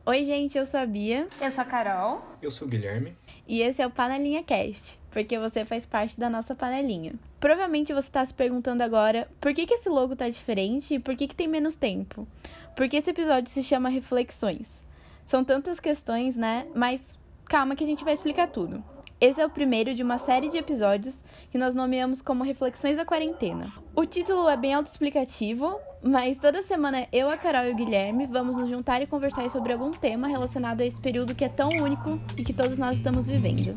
Oi, gente, eu sou a Bia. Eu sou a Carol. Eu sou o Guilherme. E esse é o Panelinha Cast, porque você faz parte da nossa panelinha. Provavelmente você está se perguntando agora por que esse logo tá diferente e por que tem menos tempo. Porque esse episódio se chama Reflexões. São tantas questões, né? Mas calma que a gente vai explicar tudo. Esse é o primeiro de uma série de episódios que nós nomeamos como Reflexões da Quarentena. O título é bem autoexplicativo, mas toda semana eu, a Carol e o Guilherme vamos nos juntar e conversar sobre algum tema relacionado a esse período que é tão único e que todos nós estamos vivendo.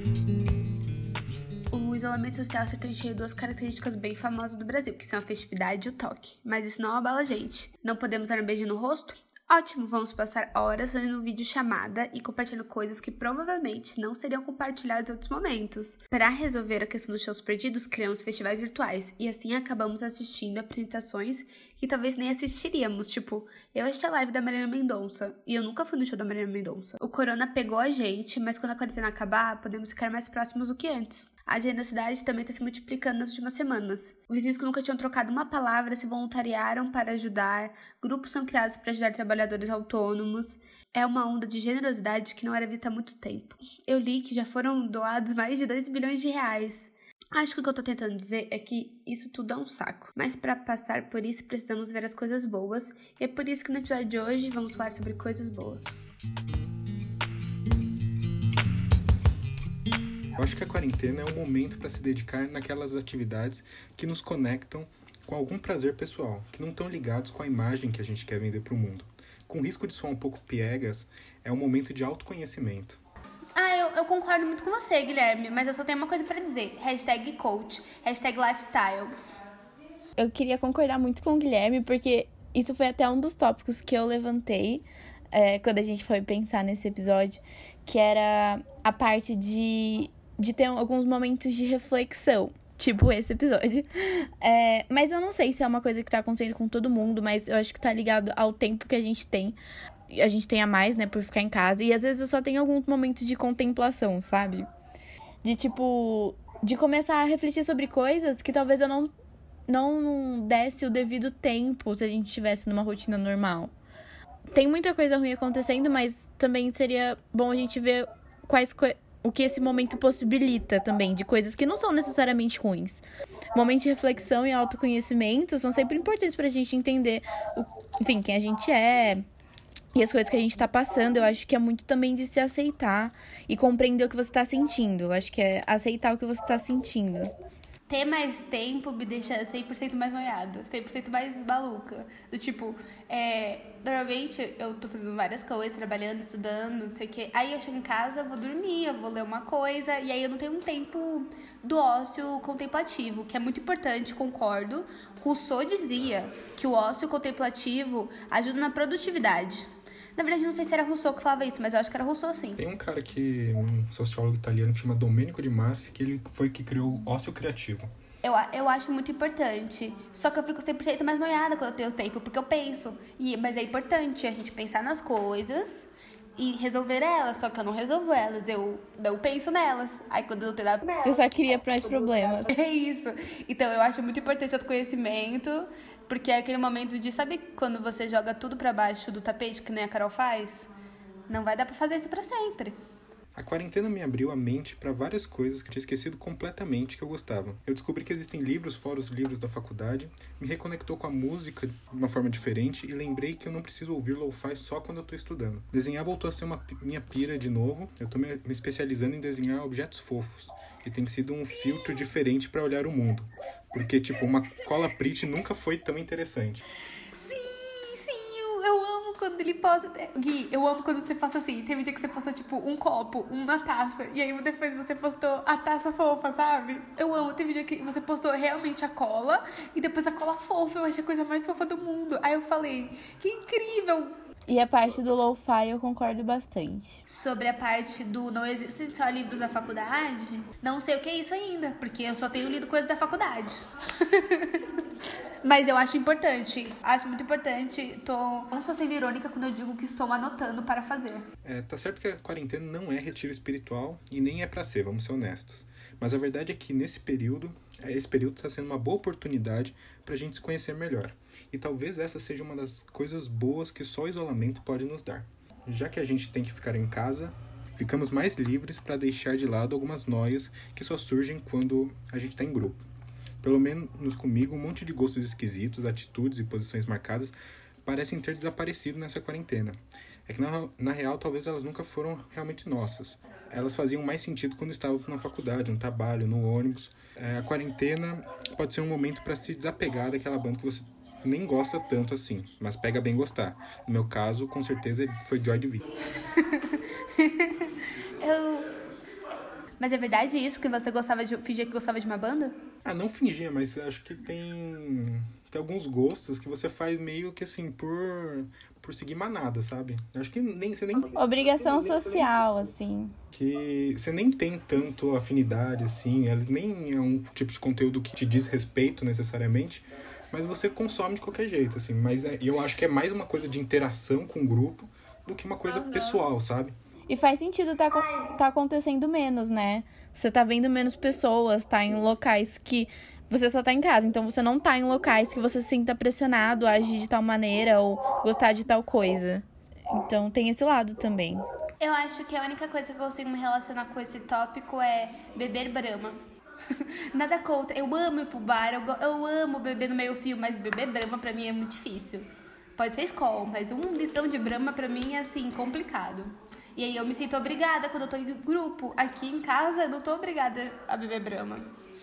O isolamento social se tangeia duas características bem famosas do Brasil, que são a festividade e o toque. Mas isso não abala a gente. Não podemos dar um beijo no rosto? Ótimo, vamos passar horas fazendo vídeo chamada e compartilhando coisas que provavelmente não seriam compartilhadas em outros momentos. Para resolver a questão dos shows perdidos, criamos festivais virtuais e assim acabamos assistindo apresentações que talvez nem assistiríamos, tipo, eu assisti a live da Marília Mendonça e eu nunca fui no show da Marília Mendonça. O corona pegou a gente, mas quando a quarentena acabar, podemos ficar mais próximos do que antes. A generosidade também está se multiplicando nas últimas semanas. Os vizinhos que nunca tinham trocado uma palavra se voluntariaram para ajudar, grupos são criados para ajudar trabalhadores autônomos. É uma onda de generosidade que não era vista há muito tempo. Eu li que já foram doados mais de 2 bilhões de reais. Acho que o que eu tô tentando dizer é que isso tudo é um saco. Mas para passar por isso precisamos ver as coisas boas. E é por isso que no episódio de hoje vamos falar sobre coisas boas. Eu acho que a quarentena é um momento para se dedicar naquelas atividades que nos conectam com algum prazer pessoal, que não estão ligados com a imagem que a gente quer vender para o mundo. Com risco de soar um pouco piegas, é um momento de autoconhecimento. Eu concordo muito com você, Guilherme, mas eu só tenho uma coisa pra dizer. #coach, #lifestyle. Eu queria concordar muito com o Guilherme, porque isso foi até um dos tópicos que eu levantei quando a gente foi pensar nesse episódio, que era a parte de ter alguns momentos de reflexão, tipo esse episódio. Mas eu não sei se é uma coisa que tá acontecendo com todo mundo, mas eu acho que tá ligado ao tempo que a gente tem. A gente tem a mais, né, por ficar em casa. E às vezes eu só tenho algum momento de contemplação, sabe? De começar a refletir sobre coisas que talvez eu não desse o devido tempo se a gente estivesse numa rotina normal. Tem muita coisa ruim acontecendo, mas também seria bom a gente ver o que esse momento possibilita também, de coisas que não são necessariamente ruins. Momentos de reflexão e autoconhecimento são sempre importantes pra gente entender, quem a gente é e as coisas que a gente tá passando. Eu acho que é muito também de se aceitar e compreender o que você tá sentindo. Eu acho que é aceitar o que você tá sentindo. Ter mais tempo me deixa 100% mais noiada, 100% mais maluca. Do tipo, normalmente eu tô fazendo várias coisas, trabalhando, estudando, não sei o quê. Aí eu chego em casa, eu vou dormir, eu vou ler uma coisa, e aí eu não tenho um tempo do ócio contemplativo, que é muito importante, concordo. Rousseau dizia que o ócio contemplativo ajuda na produtividade. Na verdade, não sei se era Rousseau que falava isso, mas eu acho que era Rousseau, sim. Tem um cara um sociólogo italiano que chama Domenico de Masi, que ele foi que criou o ócio criativo. Eu acho muito importante, só que eu fico 100% mais noiada quando eu tenho tempo, porque eu penso. Mas é importante a gente pensar nas coisas e resolver elas, só que eu não resolvo elas, eu não penso nelas. Aí quando eu não tenho nada... Você só cria mais problemas. É isso. Então eu acho muito importante o autoconhecimento, porque é aquele momento de, sabe quando você joga tudo pra baixo do tapete, que nem a Carol faz? Não vai dar pra fazer isso pra sempre. A quarentena me abriu a mente para várias coisas que eu tinha esquecido completamente que eu gostava. Eu descobri que existem livros fora os livros da faculdade, me reconectou com a música de uma forma diferente e lembrei que eu não preciso ouvir lo-fi só quando eu tô estudando. Desenhar voltou a ser minha pira de novo. Eu tô me especializando em desenhar objetos fofos, e tem sido um filtro diferente para olhar o mundo. Porque, uma cola Prit nunca foi tão interessante. Eu amo quando ele posta... Gui, eu amo quando você posta assim. Teve um dia que você postou, um copo, uma taça. E aí depois você postou a taça fofa, sabe? Eu amo. Teve um dia que você postou realmente a cola. E depois a cola fofa. Eu achei a coisa mais fofa do mundo. Aí eu falei, que incrível! E a parte do lo-fi eu concordo bastante. Sobre a parte do não existem só livros da faculdade, não sei o que é isso ainda. Porque eu só tenho lido coisas da faculdade. Mas eu acho importante, acho muito importante. Não estou sendo irônica quando eu digo que estou anotando para fazer. Tá certo que a quarentena não é retiro espiritual e nem é pra ser, vamos ser honestos. Mas a verdade é que esse período está sendo uma boa oportunidade pra gente se conhecer melhor. E talvez essa seja uma das coisas boas que só o isolamento pode nos dar. Já que a gente tem que ficar em casa, ficamos mais livres para deixar de lado algumas noias que só surgem quando a gente está em grupo. Pelo menos comigo, um monte de gostos esquisitos, atitudes e posições marcadas parecem ter desaparecido nessa quarentena. É que na real talvez elas nunca foram realmente nossas. Elas faziam mais sentido quando estávamos na faculdade, no trabalho, no ônibus. A quarentena pode ser um momento para se desapegar daquela banda que você nem gosta tanto assim, mas pega bem gostar. No meu caso, com certeza, foi Joy Division. Mas é verdade isso, que você fingia que gostava de uma banda? Não fingia, mas acho que tem alguns gostos que você faz meio que assim, por seguir manada, sabe? Acho que você nem... Obrigação social, assim. Que você nem tem tanto afinidade, assim, nem é um tipo de conteúdo que te diz respeito necessariamente, mas você consome de qualquer jeito, assim. Mas eu acho que é mais uma coisa de interação com o grupo do que uma coisa pessoal, sabe? E faz sentido tá acontecendo menos, né? Você tá vendo menos pessoas, tá em locais que você só tá em casa. Então você não tá em locais que você se sinta pressionado a agir de tal maneira ou gostar de tal coisa. Então tem esse lado também. Eu acho que a única coisa que eu consigo me relacionar com esse tópico é beber Brahma. Nada contra. Eu amo ir pro bar, eu amo beber no meio-fio, mas beber Brahma pra mim é muito difícil. Pode ser Skol, mas 1 litrão de Brahma pra mim é, assim, complicado. E aí eu me sinto obrigada quando eu tô em grupo. Aqui em casa eu não tô obrigada a beber Brahma.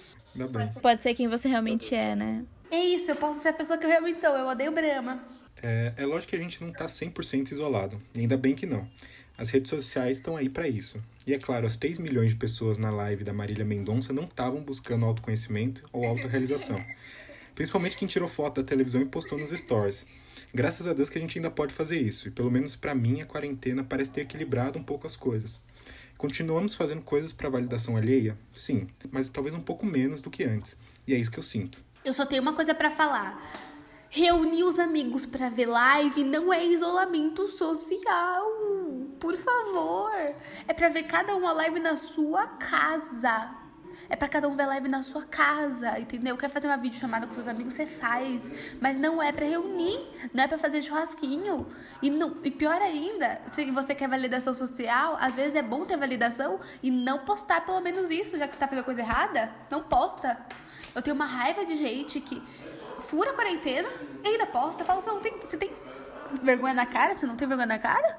Pode ser quem você realmente é, né? É isso, eu posso ser a pessoa que eu realmente sou. Eu odeio Brahma. É lógico que a gente não tá 100% isolado. Ainda bem que não. As redes sociais estão aí pra isso. E é claro, as 3 milhões de pessoas na live da Marília Mendonça não estavam buscando autoconhecimento ou autorrealização. Principalmente quem tirou foto da televisão e postou nos stories. Graças a Deus que a gente ainda pode fazer isso. E pelo menos pra mim a quarentena parece ter equilibrado um pouco as coisas. Continuamos fazendo coisas pra validação alheia? Sim, mas talvez um pouco menos do que antes. E é isso que eu sinto. Eu só tenho uma coisa pra falar. Reunir os amigos pra ver live não é isolamento social. Por favor. É pra ver cada um a live na sua casa. É pra cada um ver live na sua casa, entendeu? Quer fazer uma videochamada com seus amigos, você faz. Mas não é pra reunir, não é pra fazer churrasquinho. E pior ainda, se você quer validação social, às vezes é bom ter validação e não postar pelo menos isso, já que você tá fazendo coisa errada. Não posta. Eu tenho uma raiva de gente que fura a quarentena e ainda posta. Fala, você tem vergonha na cara? Você não tem vergonha na cara?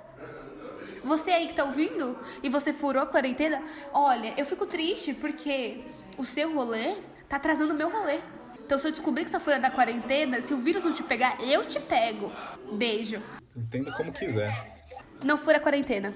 Você aí que tá ouvindo e você furou a quarentena, olha, eu fico triste porque o seu rolê tá atrasando o meu rolê. Então se eu descobrir que você tá furando a quarentena, se o vírus não te pegar, eu te pego. Beijo. Entenda como quiser. Não fura a quarentena.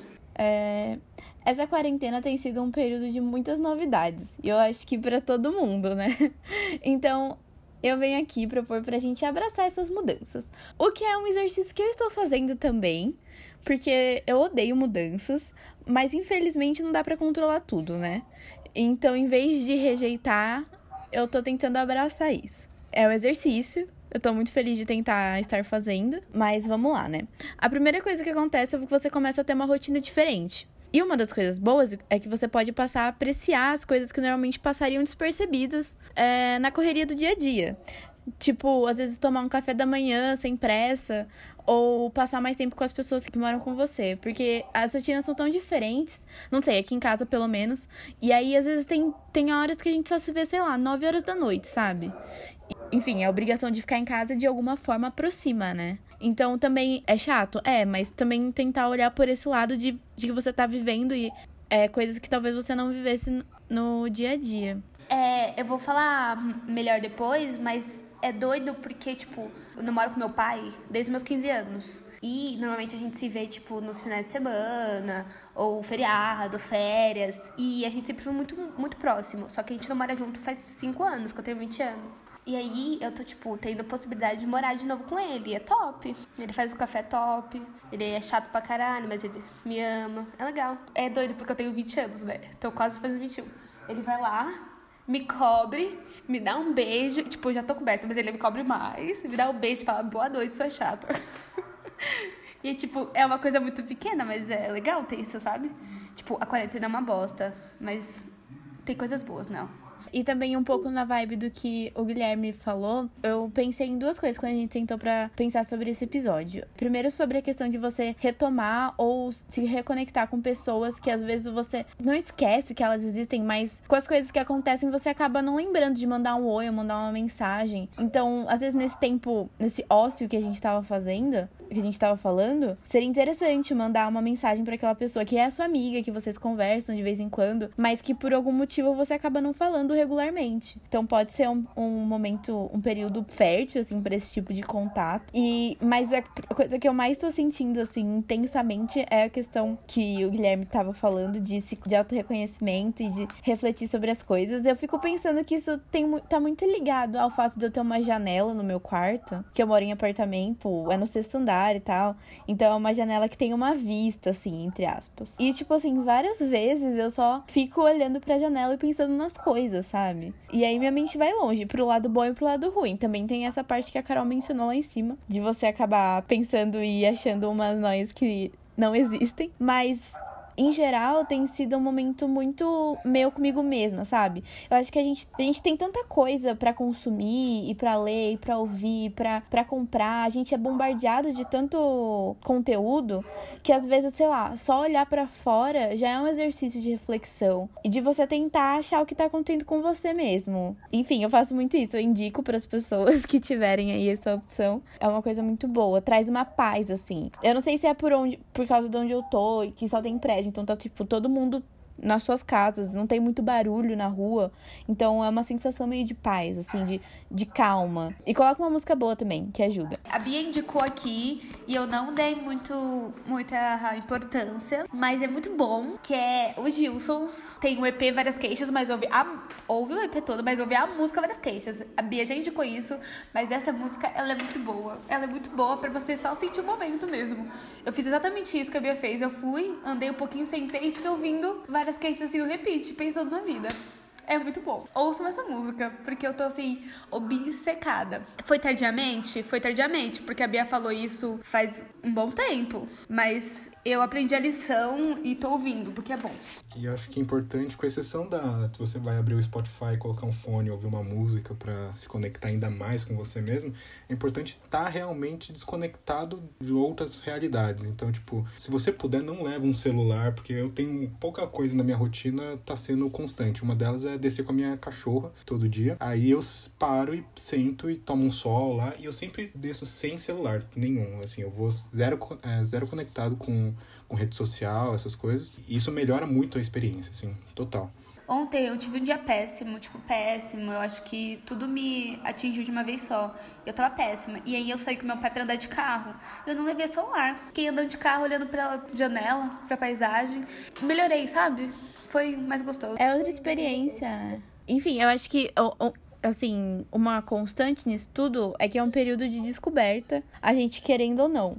Essa quarentena tem sido um período de muitas novidades. E eu acho que pra todo mundo, né? Então, eu venho aqui propor pra gente abraçar essas mudanças. O que é um exercício que eu estou fazendo também, porque eu odeio mudanças, mas infelizmente não dá pra controlar tudo, né? Então, em vez de rejeitar, eu tô tentando abraçar isso. É um exercício, eu tô muito feliz de tentar estar fazendo, mas vamos lá, né? A primeira coisa que acontece é que você começa a ter uma rotina diferente. E uma das coisas boas é que você pode passar a apreciar as coisas que normalmente passariam despercebidas na correria do dia a dia. Tipo, às vezes tomar um café da manhã sem pressa, ou passar mais tempo com as pessoas que moram com você. Porque as rotinas são tão diferentes, não sei, aqui em casa pelo menos. E aí, às vezes, tem horas que a gente só se vê, sei lá, 9 horas da noite, sabe? Enfim, a obrigação de ficar em casa de alguma forma aproxima, né? Então, também é chato? Mas também tentar olhar por esse lado de que você tá vivendo e coisas que talvez você não vivesse no dia a dia. Eu vou falar melhor depois, mas é doido porque, tipo, eu namoro com meu pai desde os meus 15 anos. E normalmente a gente se vê, tipo, nos finais de semana, ou feriado, férias. E a gente sempre foi muito, muito próximo. Só que a gente não mora junto faz 5 anos, que eu tenho 20 anos. E aí eu tô, tipo, tendo a possibilidade de morar de novo com ele. E é top. Ele faz o café top. Ele é chato pra caralho, mas ele me ama. É legal. É doido porque eu tenho 20 anos, né? Tô quase fazendo 21. Ele vai lá, me cobre, me dá um beijo. Tipo, eu já tô coberta, mas ele me cobre mais. Me dá um beijo e fala, boa noite, sua chata. E, tipo, é uma coisa muito pequena, mas é legal ter isso, sabe? Tipo, a quarentena é uma bosta, mas tem coisas boas, não. E também um pouco na vibe do que o Guilherme falou, eu pensei em duas coisas quando a gente sentou pra pensar sobre esse episódio. Primeiro, sobre a questão de você retomar ou se reconectar com pessoas que às vezes você não esquece que elas existem, mas com as coisas que acontecem você acaba não lembrando de mandar um oi ou mandar uma mensagem. Então, às vezes nesse tempo, nesse ócio que a gente tava fazendo, que a gente tava falando, seria interessante mandar uma mensagem pra aquela pessoa que é a sua amiga, que vocês conversam de vez em quando, mas que por algum motivo você acaba não falando regularmente. Então pode ser um momento, um período fértil, assim, pra esse tipo de contato. Mas a coisa que eu mais tô sentindo, assim, intensamente é a questão que o Guilherme tava falando de autorreconhecimento e de refletir sobre as coisas. Eu fico pensando que isso tá muito ligado ao fato de eu ter uma janela no meu quarto, que eu moro em apartamento, é no 6º andar e tal. Então é uma janela que tem uma vista, assim, entre aspas. E, tipo assim, várias vezes eu só fico olhando pra janela e pensando nas coisas, sabe? E aí minha mente vai longe, pro lado bom e pro lado ruim. Também tem essa parte que a Carol mencionou lá em cima, de você acabar pensando e achando umas noias que não existem. Mas em geral, tem sido um momento muito meu comigo mesma, sabe? Eu acho que a gente tem tanta coisa pra consumir, e pra ler, e pra ouvir, pra comprar. A gente é bombardeado de tanto conteúdo que às vezes, sei lá, só olhar pra fora já é um exercício de reflexão. E de você tentar achar o que tá acontecendo com você mesmo. Enfim, eu faço muito isso. Eu indico pras pessoas que tiverem aí essa opção. É uma coisa muito boa. Traz uma paz, assim. Eu não sei se é por causa de onde eu tô e que só tem prédio. Então tá, tipo, todo mundo nas suas casas, não tem muito barulho na rua. Então é uma sensação meio de paz, assim, de calma. E coloca uma música boa também, que ajuda. A Bia indicou aqui, e eu não dei muita importância, mas é muito bom, que é o Gilsons. Tem o EP Várias Queixas, mas ouve o EP todo, mas ouve a música Várias Queixas. A Bia já indicou isso, mas essa música, ela é muito boa. Ela é muito boa pra você só sentir o momento mesmo. Eu fiz exatamente isso que a Bia fez. Eu fui, andei um pouquinho, sentei e fiquei ouvindo Várias Queixas assim no repeat, pensando na vida. É muito bom. Ouçam essa música, porque eu tô, assim, obcecada. Foi tardiamente? Foi tardiamente, porque a Bia falou isso faz um bom tempo. Mas eu aprendi a lição e tô ouvindo, porque é bom. E eu acho que é importante, com exceção se você vai abrir o Spotify, colocar um fone, ouvir uma música pra se conectar ainda mais com você mesmo, é importante estar realmente desconectado de outras realidades. Então, tipo, se você puder, não leva um celular, porque eu tenho pouca coisa na minha rotina, tá sendo constante. Uma delas é descer com a minha cachorra todo dia. Aí eu paro e sento e tomo um sol lá, e eu sempre desço sem celular nenhum. Assim, eu vou zero conectado com rede social, essas coisas. E isso melhora muito a experiência, assim, total. Ontem eu tive um dia péssimo, péssimo. Eu acho que tudo me atingiu de uma vez só. Eu tava péssima. E aí eu saí com meu pai pra andar de carro. Eu não levei celular. Fiquei andando de carro, olhando pra janela, pra paisagem. Melhorei, sabe? Foi mais gostoso. É outra experiência. Enfim, eu acho que, assim, uma constante nisso tudo é que é um período de descoberta, a gente querendo ou não.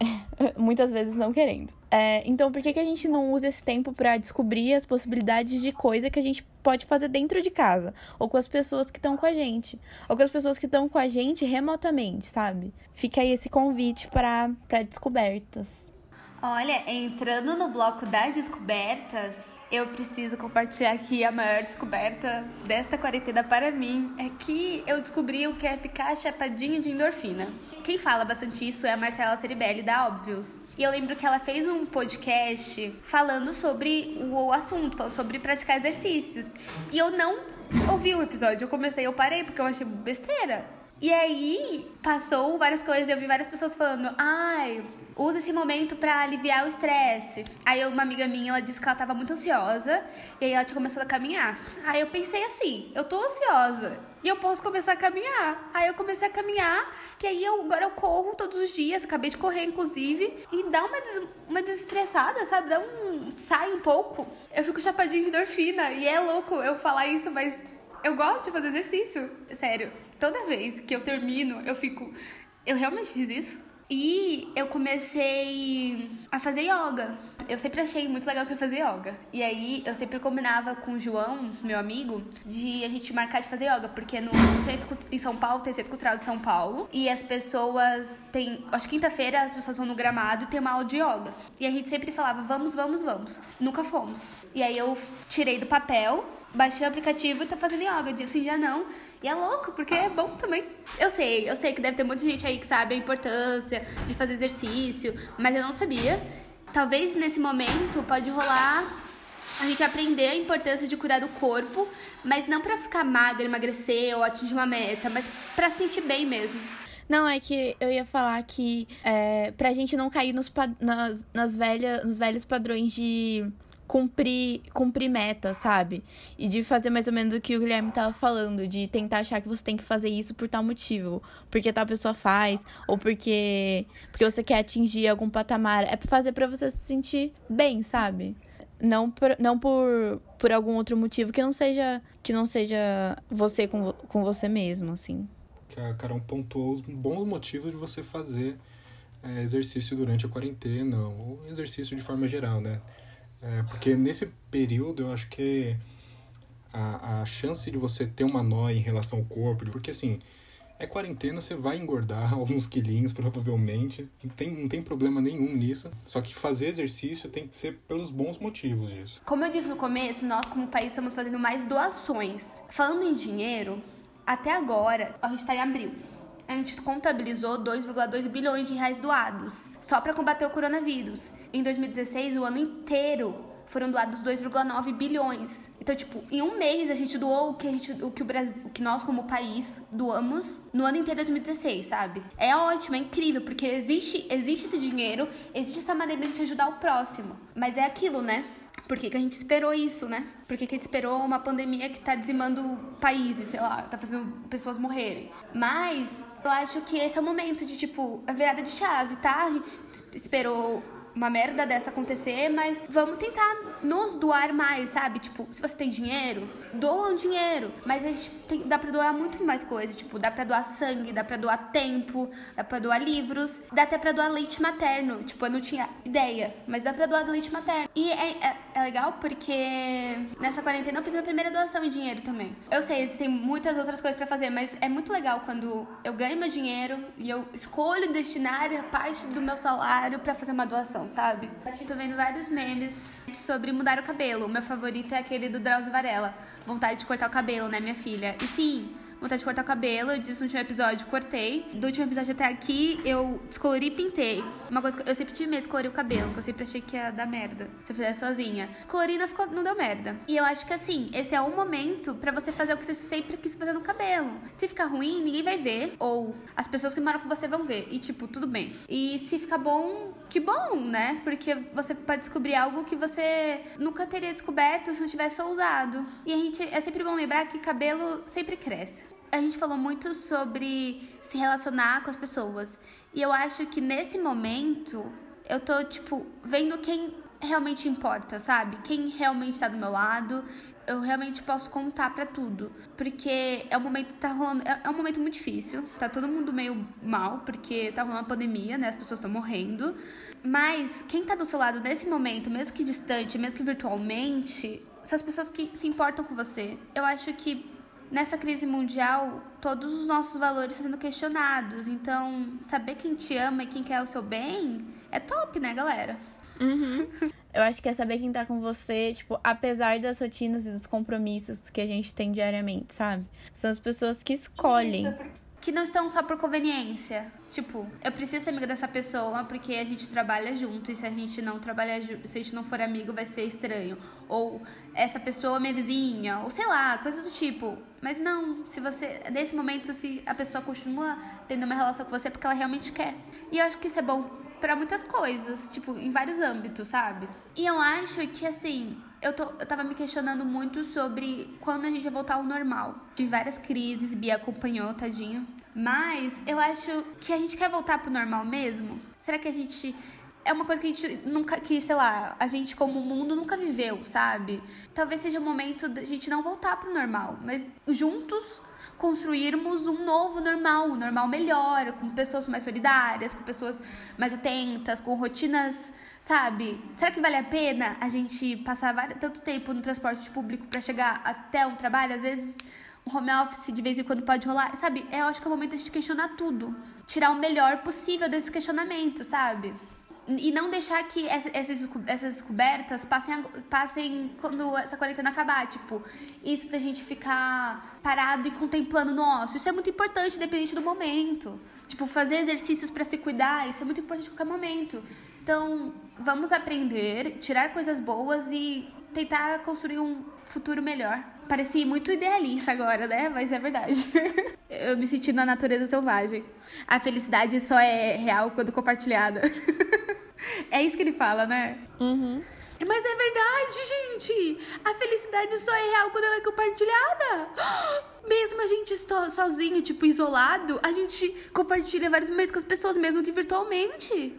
Muitas vezes não querendo. Então, por que a gente não usa esse tempo pra descobrir as possibilidades de coisa que a gente pode fazer dentro de casa? Ou com as pessoas que estão com a gente. Ou com as pessoas que estão com a gente remotamente, sabe? Fica aí esse convite pra descobertas. Olha, entrando no bloco das descobertas, eu preciso compartilhar aqui a maior descoberta desta quarentena para mim. É que eu descobri o que é ficar chapadinha de endorfina. Quem fala bastante isso é a Marcela Ceribelli, da Óbvios. E eu lembro que ela fez um podcast falando sobre o assunto, falando sobre praticar exercícios. E eu não ouvi o episódio, eu parei porque eu achei besteira. E aí, passou várias coisas, eu vi várias pessoas falando, usa esse momento pra aliviar o estresse. Aí uma amiga minha, ela disse que ela tava muito ansiosa, e aí ela tinha começado a caminhar. Aí eu pensei assim, eu tô ansiosa, e eu posso começar a caminhar. Aí eu comecei a caminhar, que aí agora eu corro todos os dias, acabei de correr, inclusive, e dá uma desestressada, sabe? Sai um pouco. Eu fico chapadinha de endorfina, e é louco eu falar isso, mas eu gosto de fazer exercício. Sério, toda vez que eu termino, eu realmente fiz isso. E eu comecei a fazer yoga. Eu sempre achei muito legal que eu fazia yoga. E aí eu sempre combinava com o João, meu amigo, de a gente marcar de fazer yoga. Porque no centro, em São Paulo, tem o Centro Cultural de São Paulo. E as pessoas acho que quinta-feira as pessoas vão no gramado e tem uma aula de yoga. E a gente sempre falava, vamos. Nunca fomos. E aí eu tirei do papel, baixei o aplicativo e tô fazendo yoga, dia sim, dia não. E é louco, porque é bom também. Eu sei que deve ter muita gente aí que sabe a importância de fazer exercício, mas eu não sabia. Talvez nesse momento pode rolar a gente aprender a importância de cuidar do corpo, mas não pra ficar magra, emagrecer ou atingir uma meta, mas pra se sentir bem mesmo. Não, é que eu ia falar que pra gente não cair nos velhos padrões de cumprir meta, sabe? E de fazer mais ou menos o que o Guilherme tava falando, de tentar achar que você tem que fazer isso por tal motivo, porque tal pessoa faz, ou porque você quer atingir algum patamar. É pra fazer pra você se sentir bem, sabe? Não por algum outro motivo que não seja você com você mesmo, assim. A Carol pontuou os bons motivos de você fazer exercício durante a quarentena, ou exercício de forma geral, né? Porque nesse período eu acho que a chance de você ter uma nóia em relação ao corpo, porque assim, quarentena, você vai engordar alguns quilinhos provavelmente, não tem problema nenhum nisso, só que fazer exercício tem que ser pelos bons motivos disso. Como eu disse no começo, nós como país estamos fazendo mais doações. Falando em dinheiro, até agora, a gente está em abril. A gente contabilizou 2,2 bilhões de reais doados, só para combater o coronavírus. Em 2016, o ano inteiro, foram doados 2,9 bilhões. Então, tipo, em um mês a gente doou o que nós como país doamos no ano inteiro de 2016, sabe? É ótimo, é incrível, porque existe esse dinheiro, existe essa maneira de a gente ajudar o próximo. Mas é aquilo, né? Por que a gente esperou isso, né? Por que a gente esperou uma pandemia que tá dizimando países, sei lá, tá fazendo pessoas morrerem? Mas eu acho que esse é o momento de, tipo, a virada de chave, tá? A gente esperou uma merda dessa acontecer, mas vamos tentar nos doar mais, sabe? Tipo, se você tem dinheiro, doa o dinheiro. Mas a gente dá pra doar muito mais coisas. Tipo, dá pra doar sangue, dá pra doar tempo, dá pra doar livros, dá até pra doar leite materno. Tipo, eu não tinha ideia, mas dá pra doar leite materno. E é legal porque nessa quarentena eu fiz minha primeira doação em dinheiro também. Eu sei, existem muitas outras coisas pra fazer, mas é muito legal quando eu ganho meu dinheiro e eu escolho destinar parte do meu salário pra fazer uma doação, sabe? Eu tô vendo vários memes sobre mudar o cabelo. O meu favorito é aquele do Drauzio Varela. Vontade de cortar o cabelo, né, minha filha? E sim, vontade de cortar o cabelo. Eu disse no último episódio, cortei. Do último episódio até aqui, eu descolori e pintei. Uma coisa que eu sempre tive medo de descolorir o cabelo, porque eu sempre achei que ia dar merda se eu fizesse sozinha. Descolori e não deu merda. E eu acho que assim, esse é um momento pra você fazer o que você sempre quis fazer no cabelo. Se ficar ruim, ninguém vai ver. Ou as pessoas que moram com você vão ver. E tipo, tudo bem. E se ficar bom, que bom, né? Porque você pode descobrir algo que você nunca teria descoberto se não tivesse ousado. E é sempre bom lembrar que cabelo sempre cresce. A gente falou muito sobre se relacionar com as pessoas. E eu acho que nesse momento, eu tô, tipo, vendo quem realmente importa, sabe? Quem realmente tá do meu lado. Eu realmente posso contar pra tudo. Porque é um momento que tá rolando... É um momento muito difícil. Tá todo mundo meio mal, porque tá rolando uma pandemia, né? As pessoas estão morrendo. Mas quem tá do seu lado nesse momento, mesmo que distante, mesmo que virtualmente, são as pessoas que se importam com você. Eu acho que nessa crise mundial, todos os nossos valores estão sendo questionados. Então, saber quem te ama e quem quer o seu bem é top, né, galera? Uhum. Eu acho que é saber quem tá com você, tipo, apesar das rotinas e dos compromissos que a gente tem diariamente, sabe? São as pessoas que escolhem. Que não estão só por conveniência. Tipo, eu preciso ser amiga dessa pessoa porque a gente trabalha junto. E se a gente não trabalhar junto, se a gente não for amigo, vai ser estranho. Ou essa pessoa é minha vizinha. Ou sei lá, coisas do tipo. Mas não, se você... Nesse momento, se a pessoa continua tendo uma relação com você, é porque ela realmente quer. E eu acho que isso é bom pra muitas coisas. Tipo, em vários âmbitos, sabe? E eu acho que, assim... Eu tava me questionando muito sobre quando a gente vai voltar ao normal. Tive várias crises, Bia acompanhou, tadinha. Mas eu acho que a gente quer voltar pro normal mesmo? Será que a gente... É uma coisa que a gente nunca... Que, sei lá, a gente como mundo nunca viveu, sabe? Talvez seja o momento da gente não voltar pro normal. Mas juntos construirmos um novo normal. Um normal melhor, com pessoas mais solidárias, com pessoas mais atentas, com rotinas... Sabe? Será que vale a pena a gente passar tanto tempo no transporte público pra chegar até um trabalho? Às vezes, um home office de vez em quando pode rolar. Sabe? Eu acho que é o momento de a gente questionar tudo. Tirar o melhor possível desse questionamento, sabe? E não deixar que essas descobertas passem quando essa quarentena acabar. Tipo, isso da gente ficar parado e contemplando, nossa, isso é muito importante, independente do momento. Tipo, fazer exercícios pra se cuidar, isso é muito importante em qualquer momento. Então, vamos aprender, tirar coisas boas e tentar construir um futuro melhor. Pareci muito idealista agora, né? Mas é verdade. Eu me senti na natureza selvagem. A felicidade só é real quando compartilhada. É isso que ele fala, né? Uhum. Mas é verdade, gente! A felicidade só é real quando ela é compartilhada! Mesmo a gente sozinho, tipo, isolado, a gente compartilha vários momentos com as pessoas, mesmo que virtualmente.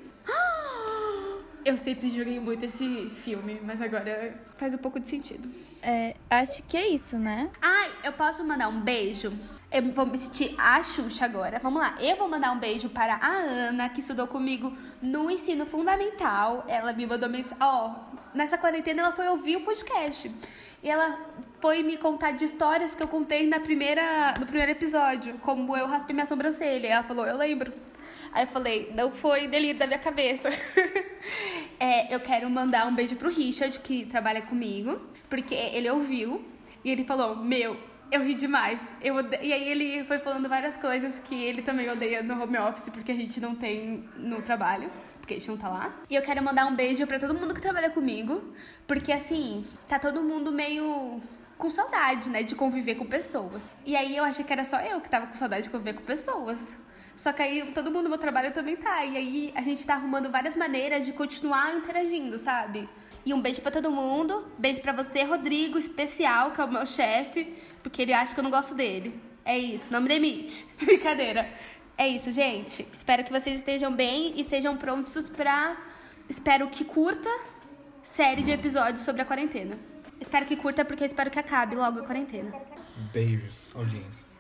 Eu sempre joguei muito esse filme, mas agora faz um pouco de sentido. Acho que é isso, né? Ai, eu posso mandar um beijo? Eu vou me sentir a Xuxa agora. Vamos lá. Eu vou mandar um beijo para a Ana, que estudou comigo no ensino fundamental. Ela me mandou mensagem. Nessa quarentena ela foi ouvir o podcast. E ela foi me contar de histórias que eu contei no primeiro episódio. Como eu raspei minha sobrancelha. Ela falou, eu lembro. Aí eu falei, não foi delírio da minha cabeça. Eu quero mandar um beijo pro Richard, que trabalha comigo. Porque ele ouviu. E ele falou, eu ri demais. E aí ele foi falando várias coisas que ele também odeia no home office, porque a gente não tem no trabalho, porque a gente não tá lá. E eu quero mandar um beijo pra todo mundo que trabalha comigo, porque assim, tá todo mundo meio com saudade, né, de conviver com pessoas. E aí eu achei que era só eu que tava com saudade de conviver com pessoas. Só que aí todo mundo no meu trabalho também tá. E aí a gente tá arrumando várias maneiras de continuar interagindo, sabe? E um beijo pra todo mundo. Beijo pra você, Rodrigo, especial, que é o meu chefe, porque ele acha que eu não gosto dele. É isso, não me demite. Brincadeira. É isso, gente. Espero que vocês estejam bem e sejam prontos pra... Espero que curta série de episódios sobre a quarentena. Espero que curta, porque eu espero que acabe logo a quarentena. Beijos, audiência.